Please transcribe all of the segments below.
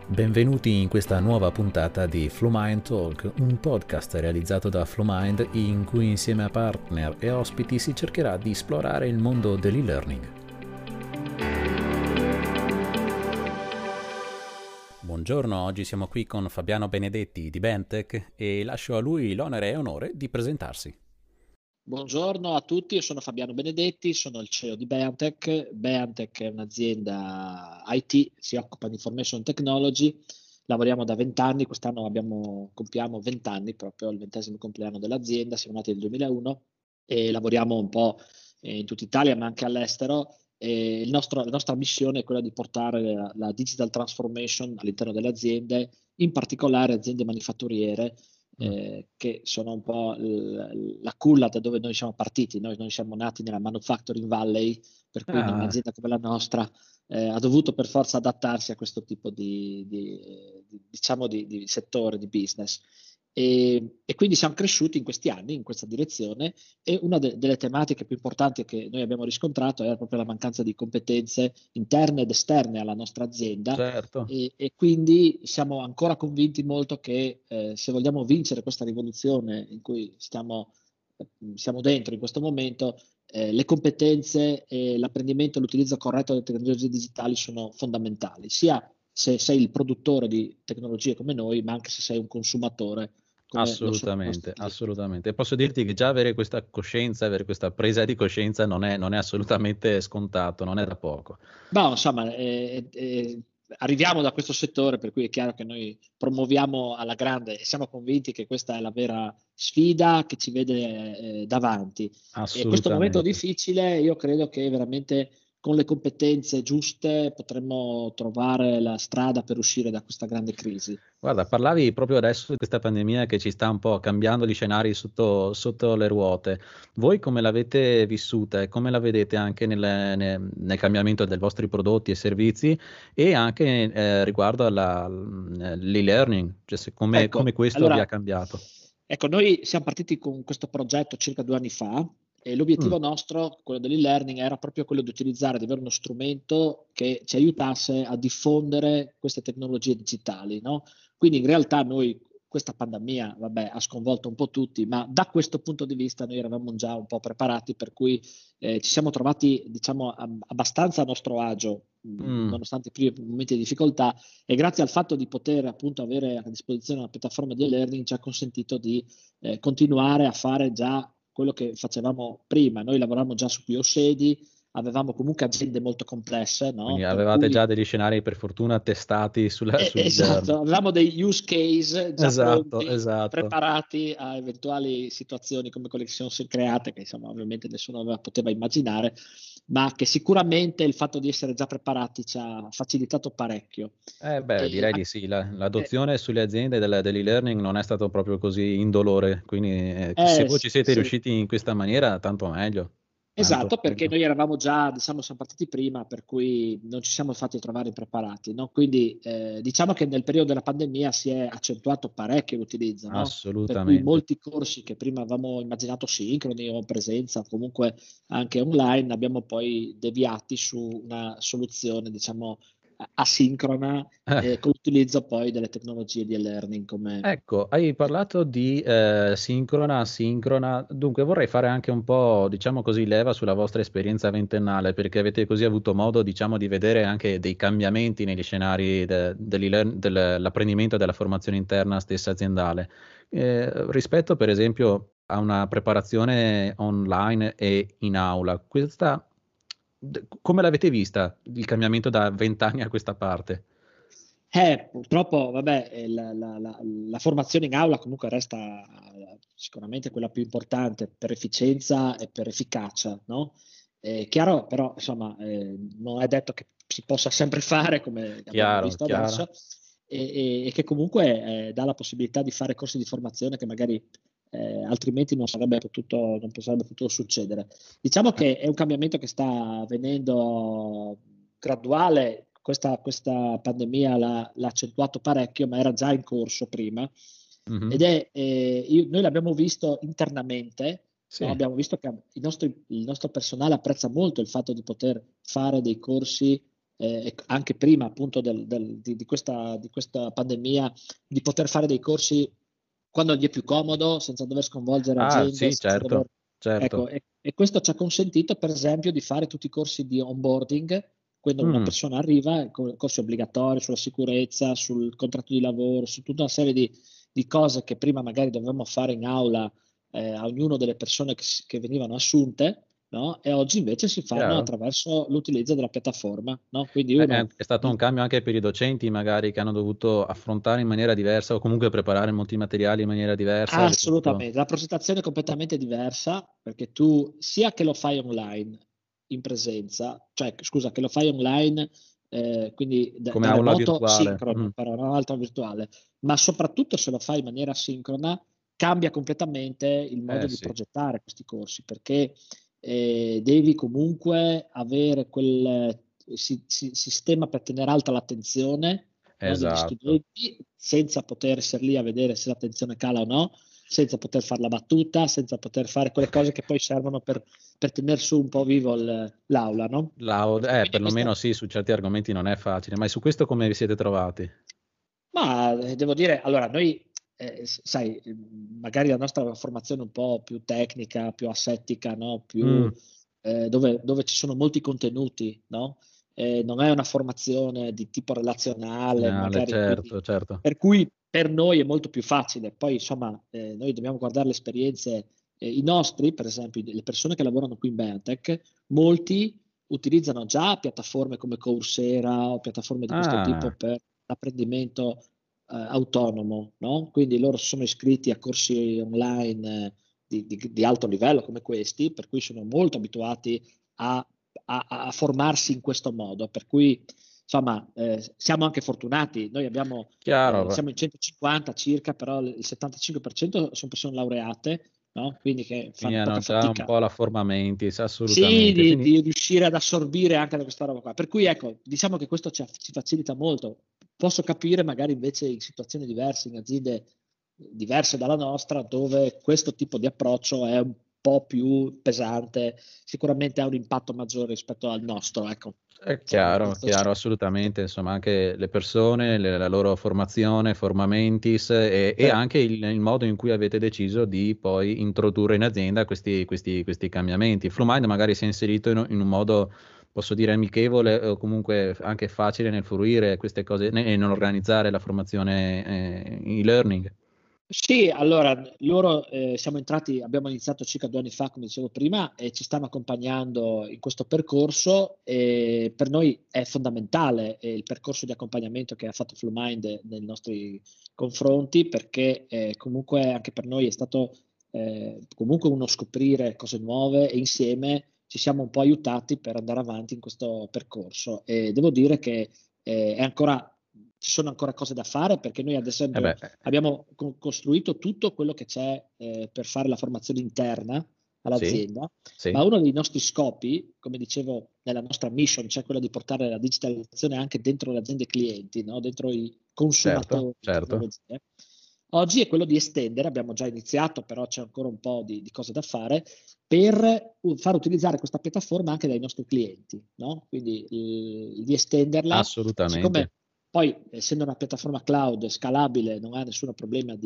Benvenuti in questa nuova puntata di Flowmind Talk, un podcast realizzato da Flowmind in cui insieme a partner e ospiti si cercherà di esplorare il mondo dell'e-learning. Buongiorno, oggi siamo qui con Fabiano Benedetti di Bentech e lascio a lui l'onere e onore di presentarsi. Buongiorno a tutti, io sono Fabiano Benedetti, sono il CEO di Beantech. Beantech è un'azienda IT, si occupa di information technology, lavoriamo da 20 anni, quest'anno compiamo 20 anni, proprio il 20° compleanno dell'azienda, siamo nati nel 2001 e lavoriamo un po' in tutta Italia ma anche all'estero. E la nostra missione è quella di portare la digital transformation all'interno delle aziende, in particolare aziende manifatturiere, che sono un po' la culla da dove noi siamo partiti. Noi siamo nati nella Manufacturing Valley, per cui un'azienda come la nostra ha dovuto per forza adattarsi a questo tipo di settore, di business. E quindi siamo cresciuti in questi anni in questa direzione e una delle tematiche più importanti che noi abbiamo riscontrato era proprio la mancanza di competenze interne ed esterne alla nostra azienda. Certo. E quindi siamo ancora convinti molto che se vogliamo vincere questa rivoluzione in cui siamo dentro in questo momento, le competenze e l'apprendimento e l'utilizzo corretto delle tecnologie digitali sono fondamentali, sia se sei il produttore di tecnologie come noi, ma anche se sei un consumatore come lo sono i nostri Assolutamente, clienti. assolutamente. E posso dirti che già avere questa coscienza, avere questa presa di coscienza non è assolutamente scontato, non è da poco. No, insomma, arriviamo da questo settore, per cui è chiaro che noi promuoviamo alla grande e siamo convinti che questa è la vera sfida che ci vede davanti. E questo momento Assolutamente. difficile, io credo che veramente con le competenze giuste potremmo trovare la strada per uscire da questa grande crisi. Guarda, parlavi proprio adesso di questa pandemia che ci sta un po' cambiando gli scenari sotto le ruote. Voi come l'avete vissuta e come la vedete anche nel cambiamento dei vostri prodotti e servizi e anche riguardo all'e-learning, cioè come Ecco, questo vi ha allora, cambiato? noi siamo partiti con questo progetto circa 2 anni fa e Mm, l'obiettivo nostro, quello dell'e-learning, era proprio quello di utilizzare, di avere uno strumento che ci aiutasse a diffondere queste tecnologie digitali, no? Quindi in realtà noi, questa pandemia, vabbè, ha sconvolto un po' tutti, ma da questo punto di vista noi eravamo già un po' preparati, per cui ci siamo trovati, diciamo, abbastanza a nostro agio, mm. nonostante i primi momenti di difficoltà, e grazie al fatto di poter appunto avere a disposizione una piattaforma di e-learning ci ha consentito di continuare a fare già quello che facevamo prima. Noi lavoravamo già su più sedi, avevamo comunque aziende molto complesse, Quindi no? Per avevate cui già degli scenari per fortuna testati sul. esatto, avevamo dei use case già Esatto, pronti, esatto. preparati a eventuali situazioni come quelle che si sono create, che insomma ovviamente nessuno poteva immaginare, ma che sicuramente il fatto di essere già preparati ci ha facilitato parecchio. Eh beh, E, direi di sì. eh, L'adozione sulle aziende dell'e-learning non è stato proprio così indolore, quindi se voi ci siete sì. riusciti in questa maniera, tanto meglio, tanto Esatto, perché meglio. noi eravamo già, diciamo, siamo partiti prima, per cui non ci siamo fatti trovare impreparati, no? Quindi diciamo che nel periodo della pandemia si è accentuato parecchio l'utilizzo, no? Per cui Assolutamente. molti corsi che prima avevamo immaginato sincroni o in presenza, comunque anche online, abbiamo poi deviati su una soluzione, diciamo, asincrona, Eh. con l'utilizzo poi delle tecnologie di e-learning come. Ecco, hai parlato di, sincrona, asincrona. Dunque vorrei fare anche un po', diciamo così, leva sulla vostra esperienza ventennale, perché avete così avuto modo, diciamo, di vedere anche dei cambiamenti negli scenari dell'apprendimento e della formazione interna stessa aziendale. Rispetto per esempio a una preparazione online e in aula, questa come l'avete vista il cambiamento da 20 anni a questa parte? Purtroppo, vabbè, la formazione in aula comunque resta sicuramente quella più importante per efficienza e per efficacia, no? Chiaro, però, insomma, non è detto che si possa sempre fare come abbiamo Chiaro, visto chiaro. adesso e che comunque dà la possibilità di fare corsi di formazione che magari altrimenti non sarebbe potuto succedere. Diciamo che è un cambiamento che sta avvenendo graduale. Questa pandemia l'ha accentuato parecchio, ma era già in corso prima. Mh-mh. Ed è, noi l'abbiamo visto internamente, no? Sì. Abbiamo visto che il nostro personale apprezza molto il fatto di poter fare dei corsi anche prima appunto di questa pandemia, di poter fare dei corsi quando gli è più comodo, senza dover sconvolgere aziende, Sì, senza dover... certo, certo. Ecco, e questo ci ha consentito, per esempio, di fare tutti i corsi di onboarding, quando una Mm, persona arriva, corsi obbligatori sulla sicurezza, sul contratto di lavoro, su tutta una serie di cose che prima magari dovevamo fare in aula a ognuno delle persone che venivano assunte, no? E oggi invece si fanno chiaro. attraverso l'utilizzo della piattaforma, no? Quindi uno... È stato un cambio anche per i docenti, magari, che hanno dovuto affrontare in maniera diversa o comunque preparare molti materiali in maniera diversa. Avete avuto... Assolutamente, la progettazione è completamente diversa perché tu sia che lo fai online in presenza, cioè scusa, che lo fai online, quindi Come da aula remoto virtuale. sincrono, però non altro virtuale, ma soprattutto se lo fai in maniera sincrona cambia completamente il modo di Sì, progettare questi corsi perché devi comunque avere quel sistema per tenere alta l'attenzione, no, degli esatto. studenti senza poter essere lì a vedere se l'attenzione cala o no, senza poter fare la battuta, senza poter fare quelle cose che poi servono per tenere su un po' vivo l'aula, no? Quindi questa, Perlomeno sì, su certi argomenti non è facile, ma su questo come vi siete trovati? ma devo dire, allora noi, sai, magari la nostra formazione un po' più tecnica, più asettica, no? Più, Mm, dove ci sono molti contenuti, no? Non è una formazione di tipo relazionale, magari quindi, certo, certo. per cui per noi è molto più facile. Poi, insomma, noi dobbiamo guardare le esperienze, i nostri, per esempio, le persone che lavorano qui in Beantech, molti utilizzano già piattaforme come Coursera o piattaforme di questo tipo Ah, per l'apprendimento autonomo, no? Quindi loro si sono iscritti a corsi online di alto livello come questi, per cui sono molto abituati a formarsi in questo modo. Per cui, insomma, siamo anche fortunati. Noi chiaro. siamo in 150 circa, però il 75% sono persone laureate, no? Quindi che Quindi fanno hanno poca già un fatica. po' la forma mentis, Sì, assolutamente. Quindi, di riuscire ad assorbire anche da questa roba qua. Per cui ecco, diciamo che questo ci facilita molto. Posso capire magari invece in situazioni diverse, in aziende diverse dalla nostra, dove questo tipo di approccio è un po' più pesante, sicuramente ha un impatto maggiore rispetto al nostro, ecco. è Insomma, chiaro, questo sì. chiaro, assolutamente. Insomma, anche le persone, la loro formazione, forma mentis e Sì. anche il modo in cui avete deciso di poi introdurre in azienda questi cambiamenti. Flumind magari si è inserito in un modo, posso dire, amichevole o comunque anche facile nel fruire queste cose e nell'organizzare la formazione e-learning. Sì, allora loro abbiamo iniziato circa 2 anni fa, come dicevo prima, e ci stanno accompagnando in questo percorso. E per noi è fondamentale il percorso di accompagnamento che ha fatto Flumind nei nostri confronti, perché comunque anche per noi è stato comunque uno scoprire cose nuove e insieme ci siamo un po' aiutati per andare avanti in questo percorso. E devo dire che ci sono ancora cose da fare perché noi ad Eh esempio beh, abbiamo costruito tutto quello che c'è per fare la formazione interna sì, all'azienda, sì, ma uno dei nostri scopi, come dicevo nella nostra mission, cioè quello di portare la digitalizzazione anche dentro le aziende clienti, no? Dentro i certo, consumatori di certo. tecnologie. Oggi è quello di estendere, abbiamo già iniziato, però c'è ancora un po' di cose da fare, per far utilizzare questa piattaforma anche dai nostri clienti, no? Quindi di estenderla, Assolutamente. siccome poi, essendo una piattaforma cloud scalabile, non ha nessun problema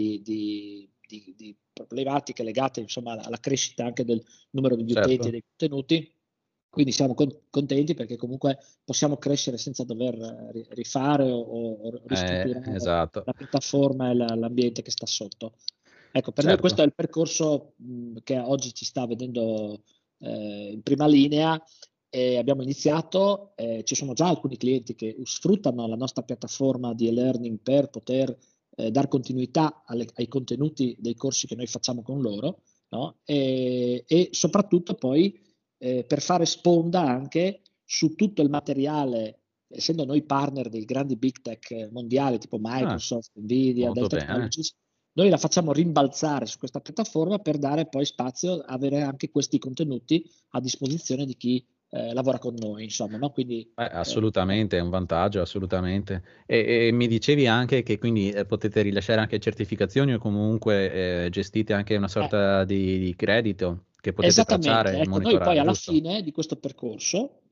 di problematiche legate insomma, alla crescita anche del numero degli utenti e Certo. dei contenuti. Quindi siamo contenti perché comunque possiamo crescere senza dover rifare o ristrutturare Esatto. la piattaforma e l'ambiente che sta sotto. Ecco, per noi questo Certo. è il percorso che oggi ci sta vedendo in prima linea. E abbiamo iniziato, ci sono già alcuni clienti che sfruttano la nostra piattaforma di e-learning per poter dar continuità ai contenuti dei corsi che noi facciamo con loro, no? E soprattutto poi per fare sponda anche su tutto il materiale, essendo noi partner dei grandi big tech mondiali tipo Ah, Microsoft, Nvidia, Dell molto bene. Technologies, noi la facciamo rimbalzare su questa piattaforma per dare poi spazio, avere anche questi contenuti a disposizione di chi lavora con noi, insomma, no? Quindi Assolutamente, è un vantaggio, assolutamente. E mi dicevi anche che quindi potete rilasciare anche certificazioni o comunque gestite anche una sorta di credito che potete esattamente, tracciare e ecco, noi poi monitorare, alla giusto? fine di questo percorso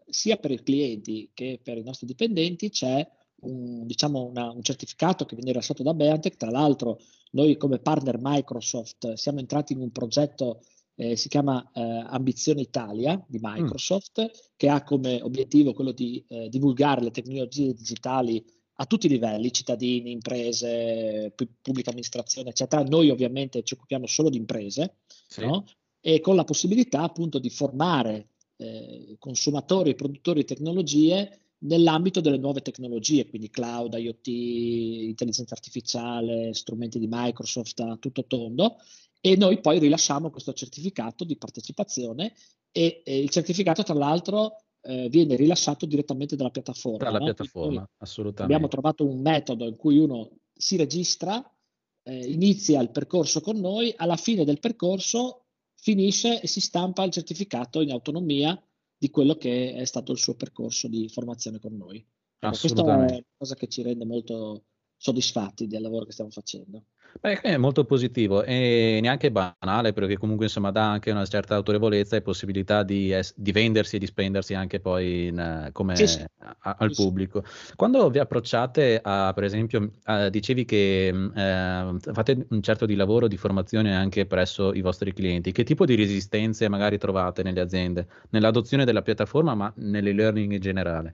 sia per i clienti che per i nostri dipendenti c'è un certificato che viene rilasciato da BankTech. Tra l'altro noi come partner Microsoft siamo entrati in un progetto, si chiama Ambizione Italia di Microsoft, che ha come obiettivo quello di divulgare le tecnologie digitali a tutti i livelli, cittadini, imprese, pubblica amministrazione, eccetera. Noi ovviamente ci occupiamo solo di imprese, Sì. no? E con la possibilità appunto di formare consumatori e produttori di tecnologie nell'ambito delle nuove tecnologie, quindi cloud, IoT, intelligenza artificiale, strumenti di Microsoft a tutto tondo, e noi poi rilasciamo questo certificato di partecipazione e il certificato tra l'altro viene rilasciato direttamente dalla piattaforma. Dalla No? piattaforma, Noi abbiamo assolutamente. trovato un metodo in cui uno si registra, inizia il percorso con noi, alla fine del percorso finisce e si stampa il certificato in autonomia di quello che è stato il suo percorso di formazione con noi. Ecco, questa è una Assolutamente. cosa che ci rende molto soddisfatti del lavoro che stiamo facendo. Beh, è molto positivo e neanche banale, perché comunque insomma dà anche una certa autorevolezza e possibilità di vendersi e di spendersi anche poi Sì, sì, al sì, sì. pubblico. Quando vi approcciate a, per esempio, dicevi che fate un certo di lavoro di formazione anche presso i vostri clienti, che tipo di resistenze magari trovate nelle aziende, nell'adozione della piattaforma, ma nell'e-learning in generale?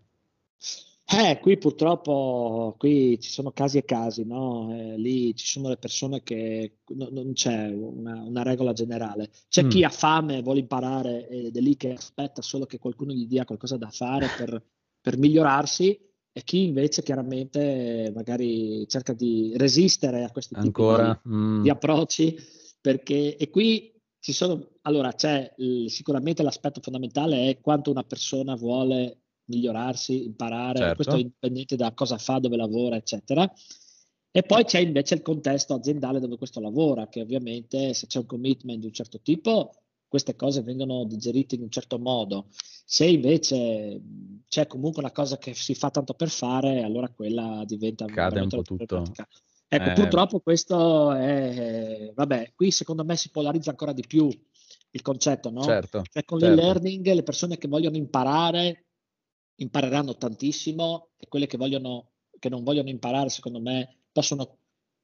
Qui purtroppo qui ci sono casi e casi, no? Lì ci sono le persone che non c'è una regola generale. C'è Mm, chi ha fame, vuole imparare ed è lì che aspetta solo che qualcuno gli dia qualcosa da fare per migliorarsi, e chi invece chiaramente magari cerca di resistere a questi tipi ancora? di approcci, perché e qui ci sono, allora c'è sicuramente l'aspetto fondamentale è quanto una persona vuole migliorarsi, imparare, e questo è Certo, indipendente da cosa fa, dove lavora, eccetera. E poi c'è invece il contesto aziendale dove questo lavora, che ovviamente se c'è un commitment di un certo tipo, queste cose vengono digerite in un certo modo. Se invece c'è comunque una cosa che si fa tanto per fare, allora quella diventa cade un veramente po' una tutto. problematica. Ecco, Eh, purtroppo questo è, vabbè, qui secondo me si polarizza ancora di più il concetto, no? certo, Cioè con certo. l'e-learning le persone che vogliono imparare impareranno tantissimo, e quelle che non vogliono imparare, secondo me, possono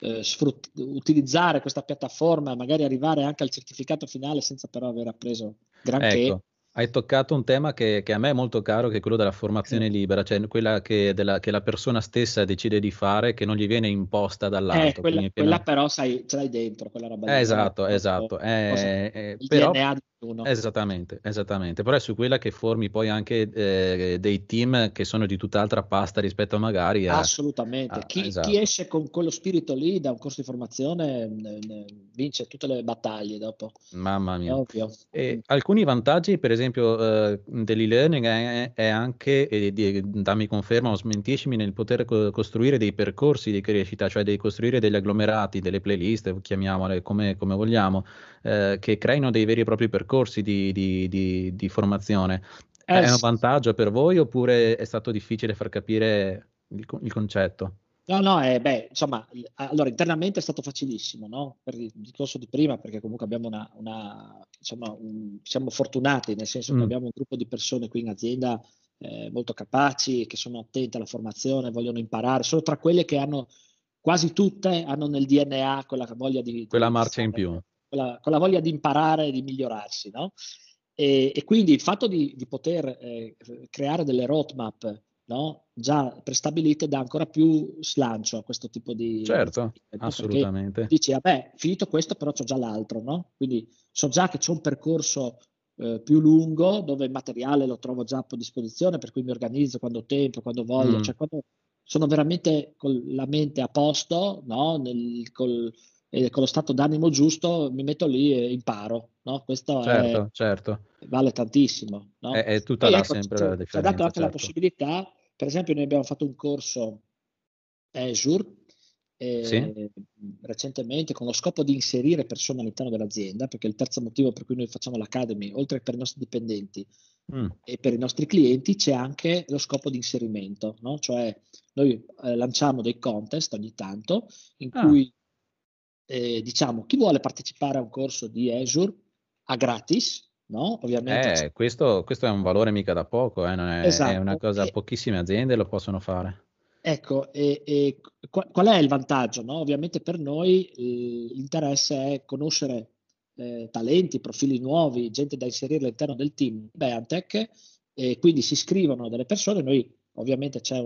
utilizzare questa piattaforma e magari arrivare anche al certificato finale senza però aver appreso granché. Ecco, hai toccato un tema che a me è molto caro, che è quello della formazione libera, cioè quella che la persona stessa decide di fare, che non gli viene imposta dall'alto, quindi che Quella no. però, sai, ce l'hai dentro, quella roba lì, no? È Esatto, proprio esatto. cosa, il Però DNA di uno. esattamente, esattamente. Però è su quella che formi poi anche dei team che sono di tutt'altra pasta rispetto magari Assolutamente. Chi esatto. esce con quello spirito lì da un corso di formazione vince tutte le battaglie dopo. Mamma È mia. ovvio. E alcuni vantaggi, per esempio, dell'e-learning è anche, dammi conferma o smentiscimi, nel poter costruire dei percorsi di crescita, cioè di costruire degli agglomerati, delle playlist, chiamiamole come vogliamo, che creino dei veri e propri percorsi di formazione. È un Sì. vantaggio per voi oppure è stato difficile far capire il concetto? No, no, beh, insomma, allora internamente è stato facilissimo, no? Per il discorso di prima, perché comunque abbiamo insomma, siamo fortunati, nel senso che Mm, abbiamo un gruppo di persone qui in azienda molto capaci, che sono attente alla formazione, vogliono imparare, sono tra quelle che hanno, quasi tutte, hanno nel DNA quella voglia quella di marcia in fare, più. quella voglia di imparare e di migliorarsi, no? E quindi il fatto di poter creare delle roadmap, no? Già prestabilite dà ancora più slancio a questo tipo di Certo, iniziative, no? Perché assolutamente. dici, vabbè, finito questo, però c'ho già l'altro, no? Quindi so già che c'è un percorso più lungo dove il materiale lo trovo già a disposizione, per cui mi organizzo quando ho tempo, quando voglio, Mm, cioè quando sono veramente con la mente a posto, no? Con lo stato d'animo giusto, mi metto lì e imparo, no? Questo certo, certo. vale tantissimo, no? È tutta Poi là ecco, sempre la ci ha dato differenza, anche la certo. possibilità, per esempio noi abbiamo fatto un corso Azure Sì? eh, recentemente con lo scopo di inserire persone all'interno dell'azienda, perché il terzo motivo per cui noi facciamo l'Academy, oltre che per i nostri dipendenti Mh. e per i nostri clienti, c'è anche lo scopo di inserimento, no? Cioè noi lanciamo dei contest ogni tanto in Ah, cui diciamo chi vuole partecipare a un corso di Azure a gratis, no? Ovviamente questo è un valore mica da poco, non è una esatto. cosa, pochissime aziende lo possono fare. Ecco, qual è il vantaggio, no? Ovviamente per noi l'interesse è conoscere talenti, profili nuovi, gente da inserire all'interno del team Beantech, e quindi si iscrivono delle persone. Noi ovviamente c'è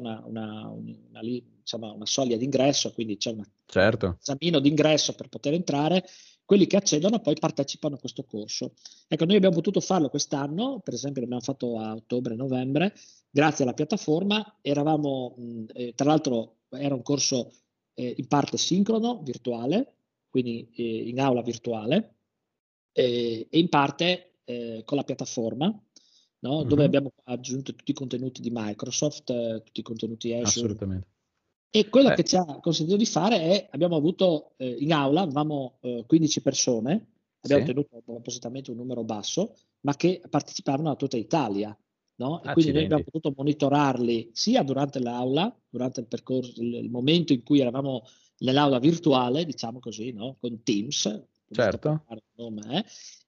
insomma, una soglia d'ingresso, quindi c'è un Certo. esamino d'ingresso per poter entrare. Quelli che accedono poi partecipano a questo corso. Ecco, noi abbiamo potuto farlo quest'anno, per esempio l'abbiamo fatto a ottobre-novembre, grazie alla piattaforma. Eravamo, tra l'altro era un corso in parte sincrono, virtuale, quindi in aula virtuale, e in parte con la piattaforma, no? Dove Mhm. abbiamo aggiunto tutti i contenuti di Microsoft, tutti i contenuti Azure. Assolutamente. E quello Beh, che ci ha consentito di fare è, abbiamo avuto in aula, avevamo 15 persone, abbiamo sì, tenuto appositamente un numero basso, ma che partecipavano da tutta Italia, no? E quindi noi abbiamo accidenti. potuto monitorarli sia durante l'aula, durante il percorso, il momento in cui eravamo nell'aula virtuale, diciamo così, no? Con Teams, giusto per Certo. fare un nome,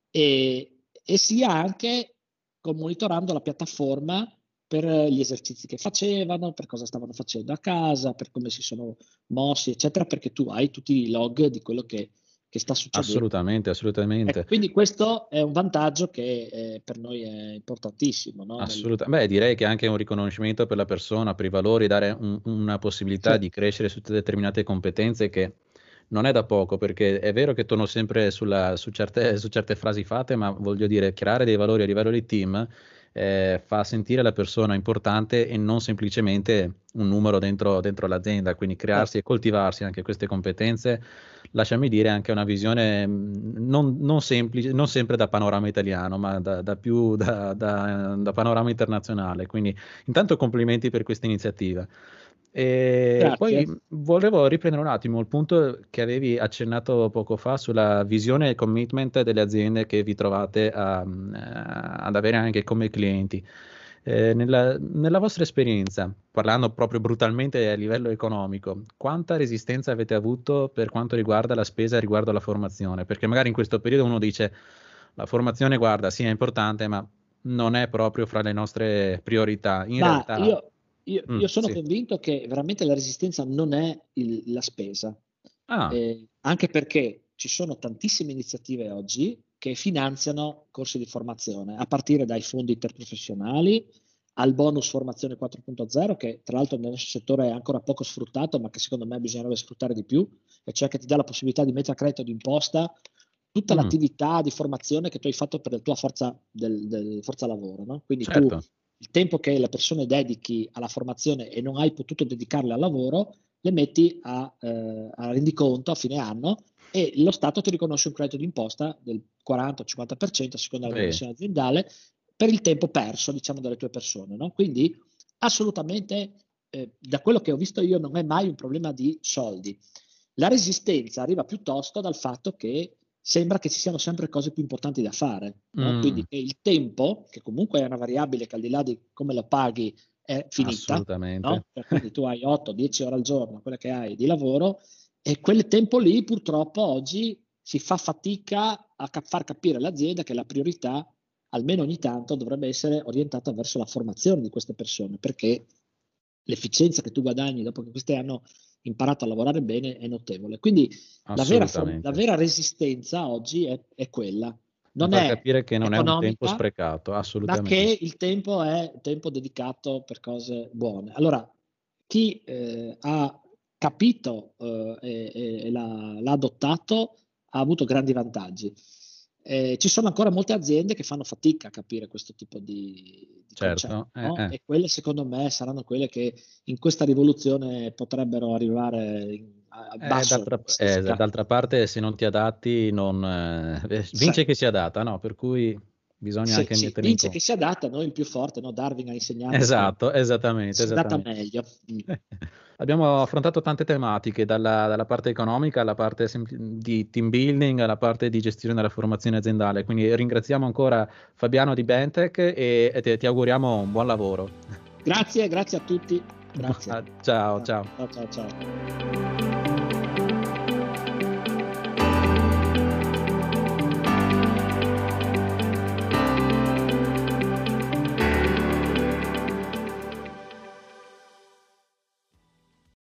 e sia anche monitorando la piattaforma per gli esercizi che facevano, per cosa stavano facendo a casa, per come si sono mossi, eccetera, perché tu hai tutti i log di quello che sta succedendo. Assolutamente, Ecco, assolutamente. quindi questo è un vantaggio che per noi è importantissimo, no? Beh, direi che è anche un riconoscimento per la persona, per i valori, dare una possibilità Sì, di crescere su determinate competenze che non è da poco, perché è vero che torno sempre su certe frasi fatte, ma voglio dire, creare dei valori a livello di team fa sentire la persona importante e non semplicemente un numero dentro l'azienda, quindi crearsi certo. e coltivarsi anche queste competenze, lasciami dire, anche una visione non semplice, non sempre da panorama italiano, ma da panorama internazionale. Quindi intanto complimenti per questa iniziativa. E Grazie. poi volevo riprendere un attimo il punto che avevi accennato poco fa sulla visione e commitment delle aziende che vi trovate ad avere anche come clienti. Nella vostra esperienza, parlando proprio brutalmente a livello economico, quanta resistenza avete avuto per quanto riguarda la spesa riguardo alla formazione? Perché magari in questo periodo uno dice la formazione, guarda, sì, è importante, ma non è proprio fra le nostre priorità. In Ma realtà, io sono sì. convinto che veramente la resistenza non è la spesa, Ah, anche perché ci sono tantissime iniziative oggi che finanziano corsi di formazione, a partire dai fondi interprofessionali al bonus formazione 4.0, che tra l'altro nel nostro settore è ancora poco sfruttato, ma che secondo me bisognerebbe sfruttare di più, e cioè che ti dà la possibilità di mettere a credito d'imposta tutta mm, l'attività di formazione che tu hai fatto per la tua forza lavoro, no? Quindi tu certo, il tempo che le persone dedichi alla formazione e non hai potuto dedicarle al lavoro, le metti a rendiconto a fine anno, e lo Stato ti riconosce un credito d'imposta del 40-50% a seconda della sì, dimensione aziendale per il tempo perso, diciamo, dalle tue persone, no? Quindi assolutamente, da quello che ho visto io, non è mai un problema di soldi. La resistenza arriva piuttosto dal fatto che sembra che ci siano sempre cose più importanti da fare, no? mm, Quindi che il tempo, che comunque è una variabile che al di là di come lo paghi è finita, assolutamente. no? Cioè, quindi tu hai 8-10 ore al giorno, quelle che hai di lavoro, e quel tempo lì purtroppo oggi si fa fatica a far capire all'azienda che la priorità, almeno ogni tanto, dovrebbe essere orientata verso la formazione di queste persone, perché l'efficienza che tu guadagni dopo che queste hanno imparato a lavorare bene è notevole. Quindi la Assolutamente. vera resistenza oggi è quella. È Non far è capire che non è un tempo economica, sprecato, ma assolutamente. che il tempo è tempo dedicato per cose buone. Allora, chi ha capito e l'ha adottato ha avuto grandi vantaggi. Ci sono ancora molte aziende che fanno fatica a capire questo tipo di concetto, Certo, no? E quelle secondo me saranno quelle che in questa rivoluzione potrebbero arrivare a basso d'altra parte se non ti adatti sì, vince chi si adatta, no? Per cui bisogna sì, anche sì, mettere in vince chi conto. si adatta, non il più forte, no? Darwin ha insegnato che Esatto, esattamente, si adatta esattamente. meglio. Abbiamo affrontato tante tematiche, dalla parte economica alla parte di team building, alla parte di gestione della formazione aziendale. Quindi ringraziamo ancora Fabiano di Bentech e ti auguriamo un buon lavoro. Grazie, grazie a tutti. Grazie. Ciao, Ciao, ciao. ciao, ciao.